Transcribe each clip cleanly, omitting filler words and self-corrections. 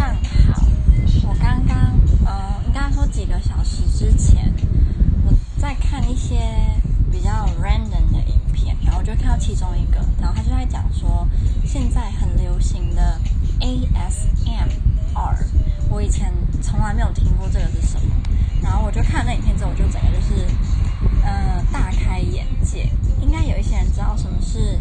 上好，我刚刚应该说几个小时之前，我在看一些比较 random 的影片，然后我就看到其中一个，然后他就在讲说现在很流行的 ASMR， 我以前从来没有听过这个是什么，然后我就看那影片之后，我就整个就是大开眼界。应该有一些人知道什么是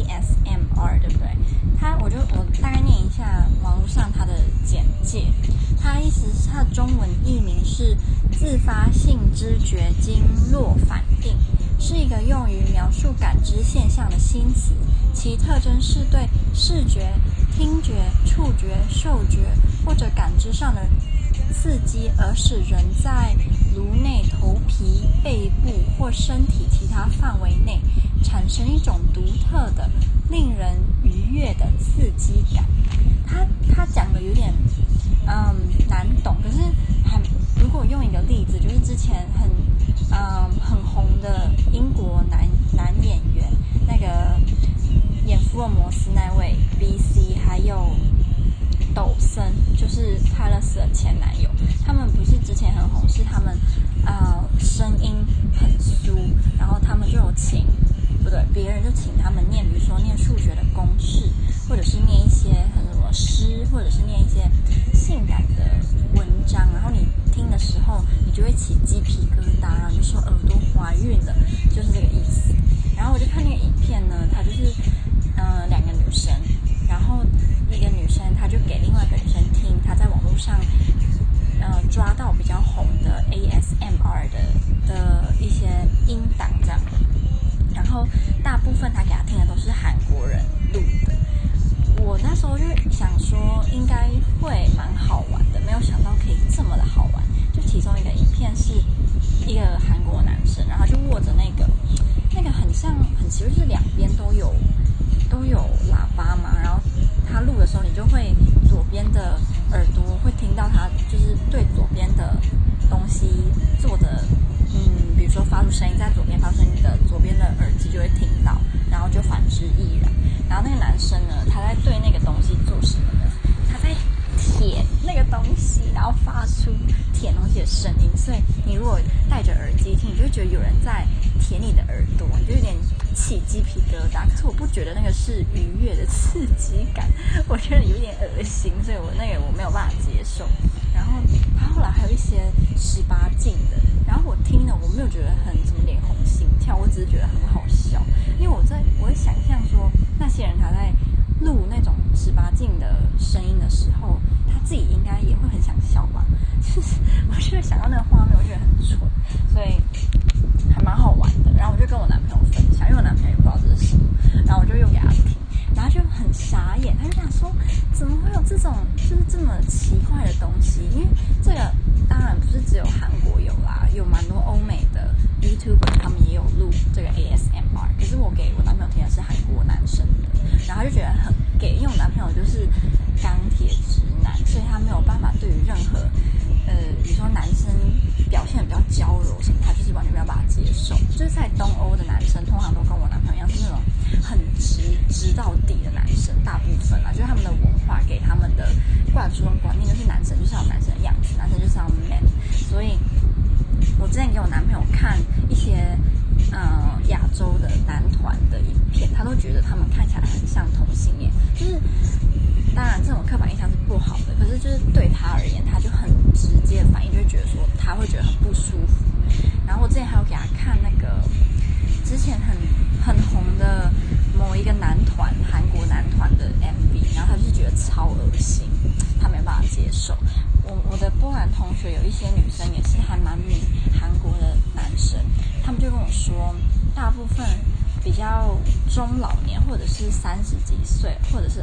ASMR， 对不对？我大概念一下网络上它的简介。它的中文译名是自发性知觉经络反应，是一个用于描述感知现象的新词，其特征是对视觉、听觉、触觉、嗅觉或者感知上的刺激，而使人在颅内、头皮、背部或身体其他范围内产生一种独特的、令人愉悦的刺激感。他讲的有点难懂，可是如果用一个例子，就是之前很红的英国男演员，那个演福尔摩斯那位 BC， 还有抖森，就是泰勒斯的前男友，他们不是之前很红，是他们声音很酥，然后他们就有别人就请他们念，比如说念数学的公式，或者是念一些什么诗，或者是念一些性感的文章，然后你听的时候，你就会起鸡皮疙瘩，然后就说耳朵怀孕了，就是这个意思。然后我就看那个影片呢，它就是两个女生，然后一个女生她就给另外一个女生听她在网络上抓到比较红的 ASMR 的一些音档这样，然后大部分她给她听的都是韩国人录的。我那时候就想说应该会蛮好玩的，没有想到可以这么的好玩。就其中一个影片是一个韩国男生，然后就握着那个很奇怪，就是两边都有喇叭嘛，然后他录的时候，你就会左边的耳朵会听到他就是对左边的东西做的比如说发出声音，在左边发出声音的左边的耳机就会听到，然后就反之亦然。然后那个男生呢，他在对那个东西做什么呢？他在舔那个东西，然后发出舔东西的声音。所以你如果戴着耳机听，你就会觉得有人在舔你的耳朵，你就有点起鸡皮疙瘩。可是我不觉得那个是愉悦的刺激感，我觉得有点恶心，所以我没有办法接受。然后他后来还有一些18禁的，然后我听了我没有觉得很什么脸红心跳，我只是觉得很好笑，因为我会想象说那些人他在录那种18禁的声音的时候，他自己应该也会很想笑吧。我就想到那个画面，我觉得很蠢，所以还蛮好玩的。然后我就跟我男朋友分享，因为我男朋友也不知道这是什么，然后我就用给他听，然后就很傻眼，他就想说怎么会有这种就是这么奇怪的东西？因为这个当然不是只有韩国有啦，有蛮多欧美的 YouTuber 他们也有录这个 ASMR， 可是我给我男朋友听的是韩国男生的，然后他就觉得很gay，因为我男朋友就是钢铁直男，所以他没有办法对于任何比如说男生表现比较娇柔什么，他就是完全没有办法接受。就是在东欧的男生通常都跟我男朋友一样，是那种很直到底的男生，大部分啦，就是他们的文化给他们的灌输观念就是男生就是要有男生的样子，男生就是要 man。所以我之前给我男朋友看一些亚洲的男团的影片，他都觉得他们看起来很像同性恋，就是当然这种刻板印象是不好的，可是就是对他而言，他就很直接的反应，就会觉得说他会觉得很不舒服。然后我之前还有给他看那个之前很红的某一个韩国男团的 MV， 然后他就是觉得超恶心，他没办法接受。我的波兰同学有一些女生也是还蛮迷韩国的男生，他们就跟我说，大部分比较中老年或者是30几岁或者是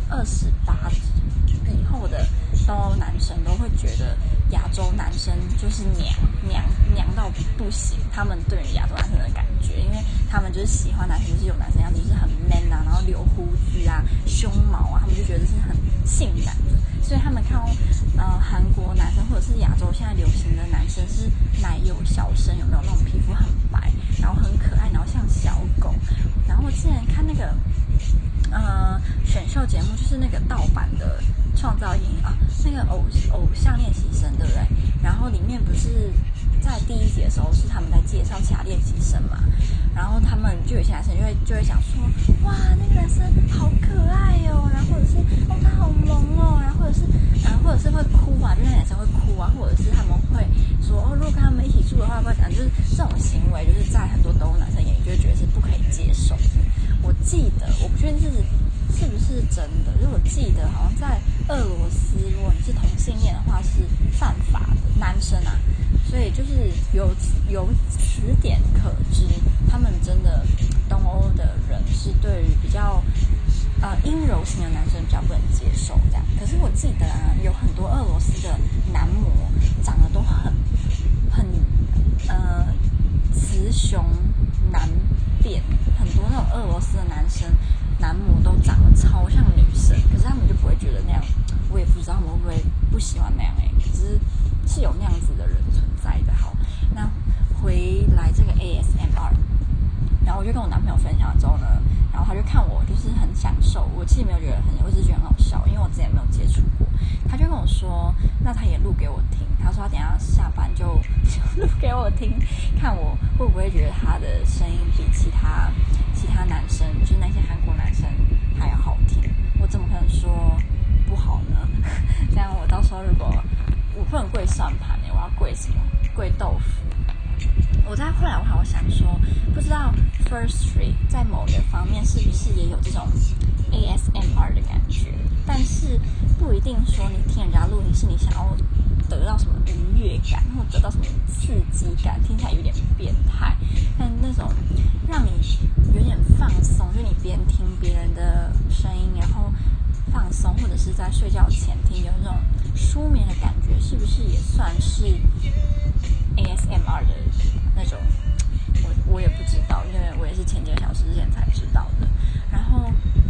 28以后的东欧男生都会觉得亚洲男生就是娘到不行，他们对于亚洲男生的感觉，因为他们就是喜欢男生就是有男生样子，就是很 man 啊，然后留胡子啊、胸毛啊，他们就觉得是很性感的。所以他们看到韩国男生或者是亚洲现在流行的男生是奶油小生，有没有那种皮肤很白，然后很可爱，然后像小狗。然后我之前看那个选秀节目，就是那个盗版的创造营啊，那个偶像练习生对不对？然后里面不是在第一集的时候是他们在介绍其他练习生嘛，然后他们就有些男生就会想说，哇，那个男生好可爱哦，然后或者是哦他好萌哦，然后或者是会哭啊，就那男生会哭啊，或者是他们会说哦，如果跟他们一起住的话，会怎样？就是这种行为，就是在很多动物男生眼里就会觉得是不可以接受的。我记得，我不确定是不是真的，就是我记得好像在俄罗斯，如果你是同性恋的话是犯法的，男生啊，所以就是由此点可知，他们真的东欧的人是对于比较阴柔型的男生比较不能接受这样。可是我记得啊，有很多俄罗斯的男模长得都很雌雄难辨，很多那种俄罗斯的男模都长得超像女生，可是他们就不会觉得那样。我也不知道他们会不会不喜欢那样可是有那样子的人存在的。好，那回来这个 ASMR， 然后我就跟我男朋友分享之后呢，然后他就看我就是很享受，我其实没有觉得我只是觉得很好笑，因为我之前没有接触过。他就跟我说，那他也录给我听，他说他等一下下班就录给我听，看我会不会觉得他的声音比其他男生，就是那些韩国男生还要好听。我怎么可能说不好呢？这样我到时候如果我不能跪算盘我要跪什么？跪豆腐。后来我想说，不知道 Firstory 在某个方面是不是也有这种 ASMR 的感觉，但是不一定说你听人家录音是你想要得到什么愉悦感，或得到什么刺激感，听起来有点变态，但那种让你有点放松，就你边听别人的声音，然后放松，或者是在睡觉前听，有那种舒眠的感觉，是不是也算是 ASMR 的那种？我也不知道，因为我也是前几个小时之前才知道的。然后，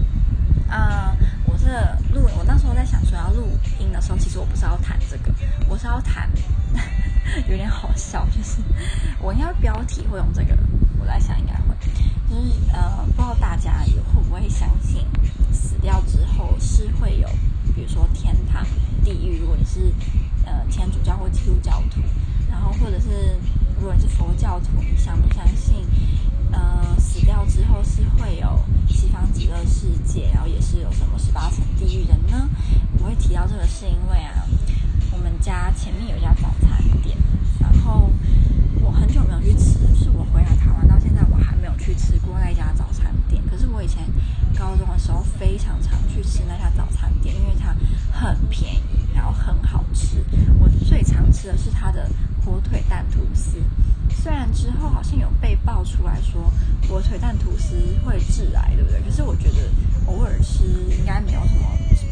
我那时候在想说要录音的时候，其实我不是要谈这个，我是要谈有点好笑，就是我应该标题会用这个，我在想应该会，就是不知道大家会不会相信死掉之后是会有，比如说天堂、地狱，如果你是天主教或基督教徒，然后或者是如果你是佛教徒，你相不相信死掉之后是会有西方极乐世界，然后也是有什么18层地狱的呢？我会提到这个是因为我们家前面有一家早餐店，然后我很久没有去吃，就是我回来台湾到现在我还没有去吃过那家早餐店。可是我以前高中的时候非常常去吃那家早餐店，因为它很便宜，然后很好吃。我最常吃的是它的火腿蛋吐司，虽然之后好像有被爆出来说火腿蛋吐司会致癌，对不对？可是我觉得偶尔吃应该没有什么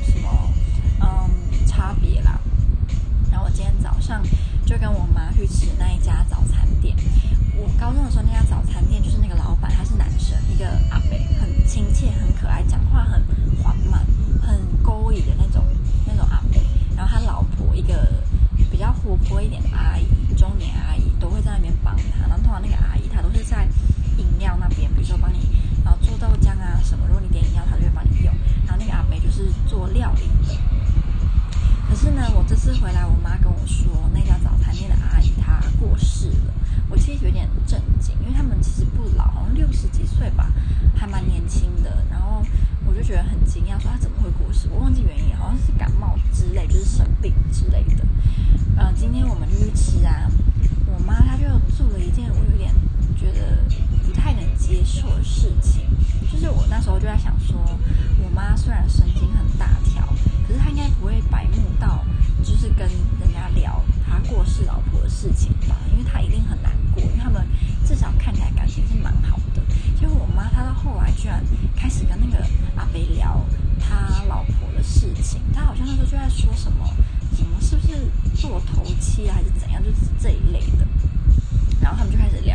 差别啦。然后我今天早上就跟我妈去吃那一家早餐店。我高中的时候那家早餐店就是那个老板他是男生，一个阿伯，很亲切很可爱，讲话很缓慢很勾引的那种阿伯。然后他老婆一个比较活泼一点的阿姨，中年阿姨都会在那边帮他。然后通常那个阿姨她都是在饮料那边，比如说帮你做豆浆啊什么，如果你点饮料她就会帮你用。然后那个阿伯就是做料理的。可是呢，我这次回来，我妈跟我说那家早餐店的阿姨她过世了。我其实有点震惊，因为他们其实不老，好像60几岁吧，还蛮年轻的。然后我就觉得很惊讶，说她怎么会过世？我忘记原因，好像是感冒之类，就是生病之类的。今天我们就去吃我妈她就做了一件我有点觉得不太能接受的事情，就是我那时候就在想说，我妈虽然神经很大条，可是她应该不会白目到就是跟人家聊她过世老婆的事情吧，因为她一定很难过，因为他们至少看起来感情是蛮好的。结果我妈她到后来居然开始跟那个阿伯聊他老婆的事情，她好像那时候就在说什么是不是做头七还是怎样，就是这一类的。然后他们就开始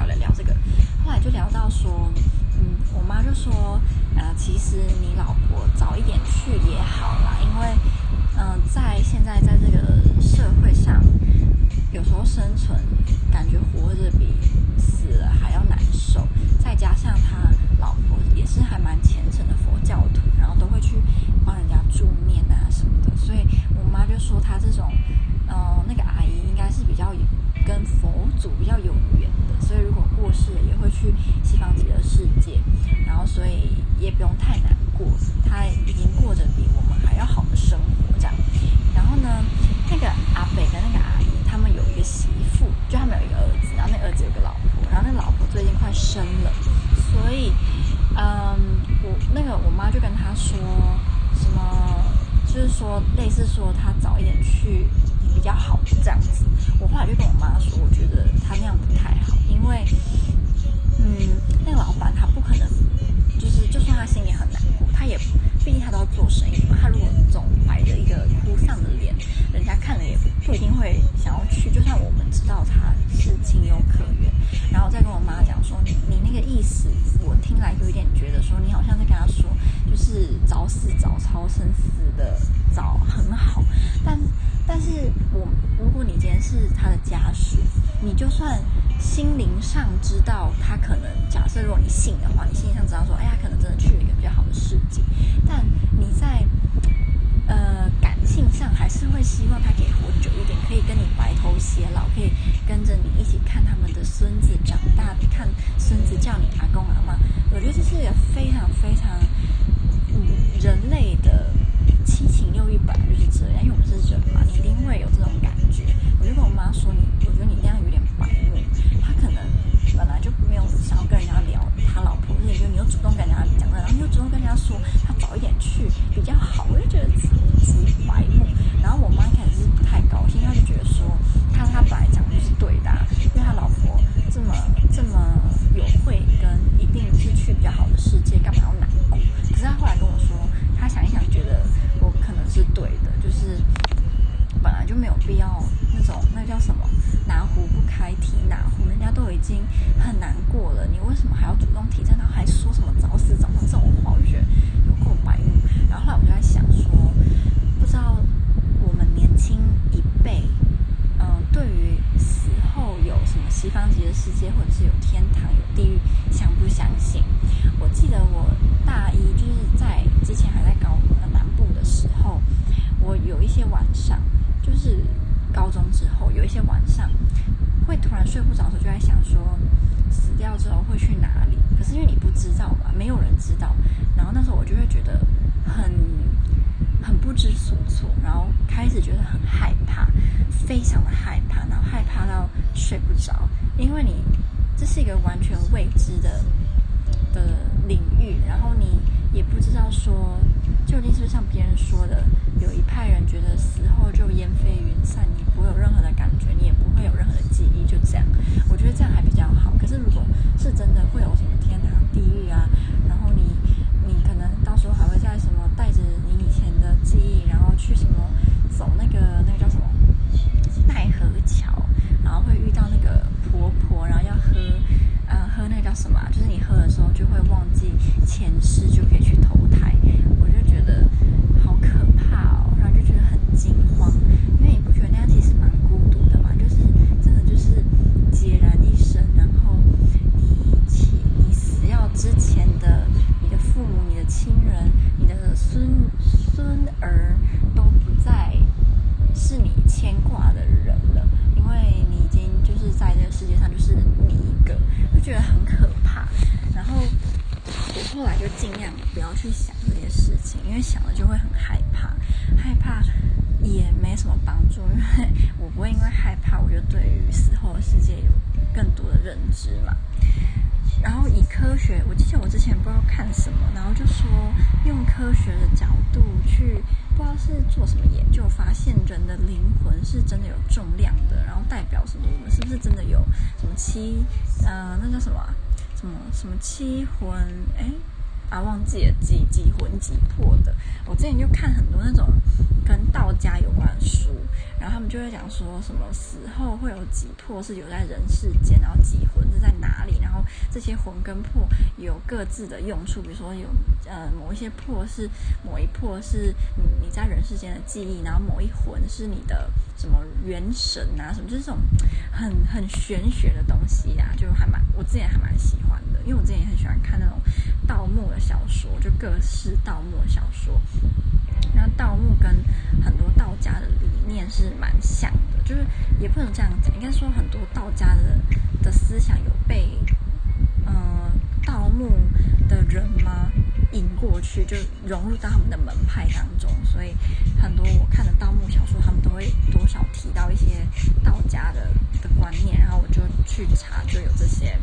就是说类似说他早一点去比较好这样子。我后来就跟我妈说，我觉得他那样不太好，因为那个老板他不可能就是就算他心里很难过，他也毕竟他都要做生意嘛，他如果这种摆着一个哭丧的脸，人家看了也不一定会想要去，就算我们知道他是情有可原。然后再跟我妈讲说，你那个意思我听来有一点觉得说你好像在跟他说，就是早死早超生死的早很好，但是如果你今天是他的家属，你就算心灵上知道他可能，假设如果你信的话，你心灵上知道说，哎呀，可能真的去了一个比较好的世界，但你在感性上还是会希望他可以活久一点，可以跟你白头偕老，可以跟着你一起看他们的孙子长大，看孙子叫你阿公阿嬷。我觉得这是一个非常非常人类的七情六欲本来就是这样，因为我们是人嘛，你一定会有这种感觉。我就跟我妈说，我觉得你那样有点白目，他可能本来就没有想要跟人家聊他老婆，或者你又主动跟人家讲了，然后你又主动跟人家说他早一点去比较好，我就觉得超级白目。然后我妈一开始是不太高兴，她就觉得说他本来讲的是对的因为他老婆这么有慧，跟一定是去比较好的世界，干嘛要难过？可是他后来跟我说，他想一想觉得我可能是对的，就是本来就没有必要那叫什么拿壶不开提哪壶，人家都已经很难过了，你为什么还要主动提振，然后还说什么早死早生这种话，我就觉得有够白目。然后后来我就在想说，不知道我们年轻一辈对于死后有什么西方极乐世界，或者是有天堂有地狱，相不相信？我记得我大一就是在之前还在南部的时候，我有一些晚上，就是高中之后有一些晚上会突然睡不着的时候，就在想说死掉之后会去哪里？可是因为你不知道嘛，没有人知道，然后那时候我就会觉得很不知所措，然后开始觉得很害怕，非常的害怕，然后害怕到睡不着，因为这是一个完全未知的领域，然后你也不知道说究竟是不是像别人说的，有一派人觉得死后就烟飞云散，你不会有任何的感觉，你也不会有任何的记忆，就这样。我觉得这样还比较好。可是如果是真的会有什么天堂地狱啊，然后你可能到时候还会在什么带着你以前的记忆，然后去什么走那个叫什么奈何桥，然后会遇到那个婆婆，然后要喝那个叫什么就是你喝的时候就会忘记前世，就可以去投胎。我就觉得好可怕哦，然后就觉得很惊慌，因为你不觉得那样其实蛮孤独的嘛？就是真的就是孑然一身，然后你死要之前的你的父母、你的亲人、你的孙儿都不再是你牵挂的人了，因为你已经就是在这个世界上就是你一个，就觉得很可怕。然后我后来就尽量不要去想这些事情，因为想了就会很害怕，害怕也没什么帮助，因为我不会因为害怕我就对于死后的世界有更多的认知嘛。然后以科学，我记得我之前不知道看什么，然后就说用科学的角度去，不知道是做什么研究，发现人的灵魂是真的有重量的，然后代表什么？我们是不是真的有什么那叫什么什么七魂？忘记了几魂几魄的。我之前就看很多那种跟道家有关的书，然后他们就会讲说什么死后会有几魄是留在人世间，然后几魂是在哪里，然后这些魂跟魄有各自的用处，比如说有某一些魄是某一魄是你在人世间的记忆，然后某一魂是你的什么元神啊什么，就是这种很玄学的东西啊，就我之前还蛮喜欢的，因为我之前也很喜欢看那种盗墓的小说，就各式盗墓的小说。然后盗墓跟很多道家的理念是蛮像的，就是也不能这样讲，应该说很多道家的思想有被盗墓的人嘛引过去，就融入到他们的门派当中，所以很多我看的盗墓小说，他们都会多少提到一些道家的观念，然后我就去查，就有这些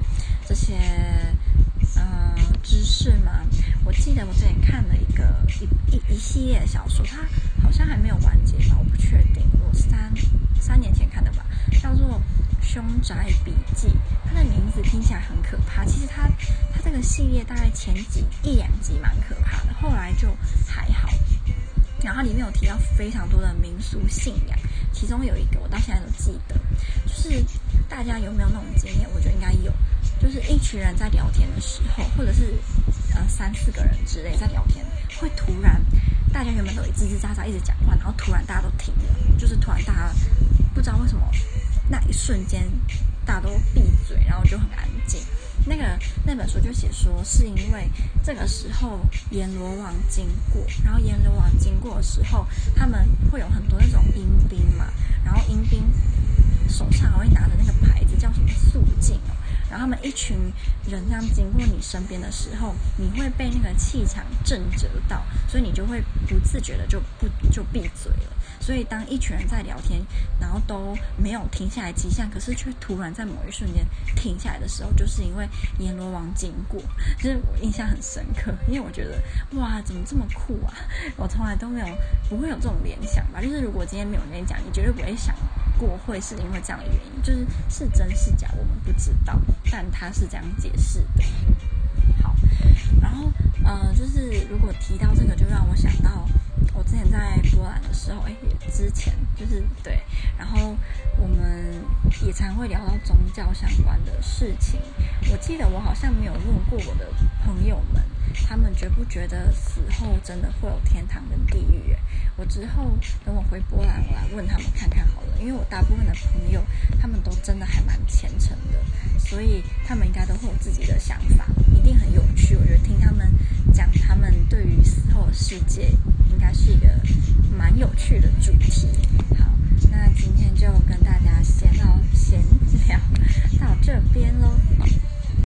知识嘛。我记得我之前看了一系列的小说，它好宅笔记》，它的名字听起来很可怕，其实它这个系列大概前一两集蛮可怕的，后来就还好。然后它里面有提到非常多的民俗信仰，其中有一个我到现在都记得，就是大家有没有那种经验？我觉得应该有，就是一群人在聊天的时候，或者是3-4个人之类在聊天，会突然大家原本都叽叽喳喳一直讲话，然后突然大家都停了，就是突然大家不知道为什么那一瞬间大家都闭嘴，然后就很安静。那本书就写说，是因为这个时候阎罗王经过，然后阎罗王经过的时候，他们会有很多那种阴兵嘛，然后阴兵手上会拿着那个牌子叫什么肃静哦，然后他们一群人这样经过你身边的时候，你会被那个气场震折到，所以你就会不自觉的就闭嘴了。所以当一群人在聊天，然后都没有停下来迹象，可是却突然在某一瞬间停下来的时候，就是因为阎罗王经过，就是我印象很深刻，因为我觉得哇，怎么这么酷啊！我从来都不会有这种联想吧，就是如果今天没有人跟你讲，你绝对不会想过会是因为这样的原因，就是是真是假我们不知道，但他是这样解释的。好，然后就是如果提到这个，就让我想到我之前在波兰的时候，之前就是对，然后我们也常会聊到宗教相关的事情。我记得我好像没有问过我的朋友们，他们觉不觉得死后真的会有天堂跟地狱？我之后等我回波兰，我来问他们看看好了，因为我大部分的朋友他们都真的还蛮虔诚的，所以他们应该都会有自己的想法，一定很有趣。我觉得听他们讲他们对于死后的世界，应该是一个蛮有趣的主题。好，那今天就跟大家闲聊到这边咯。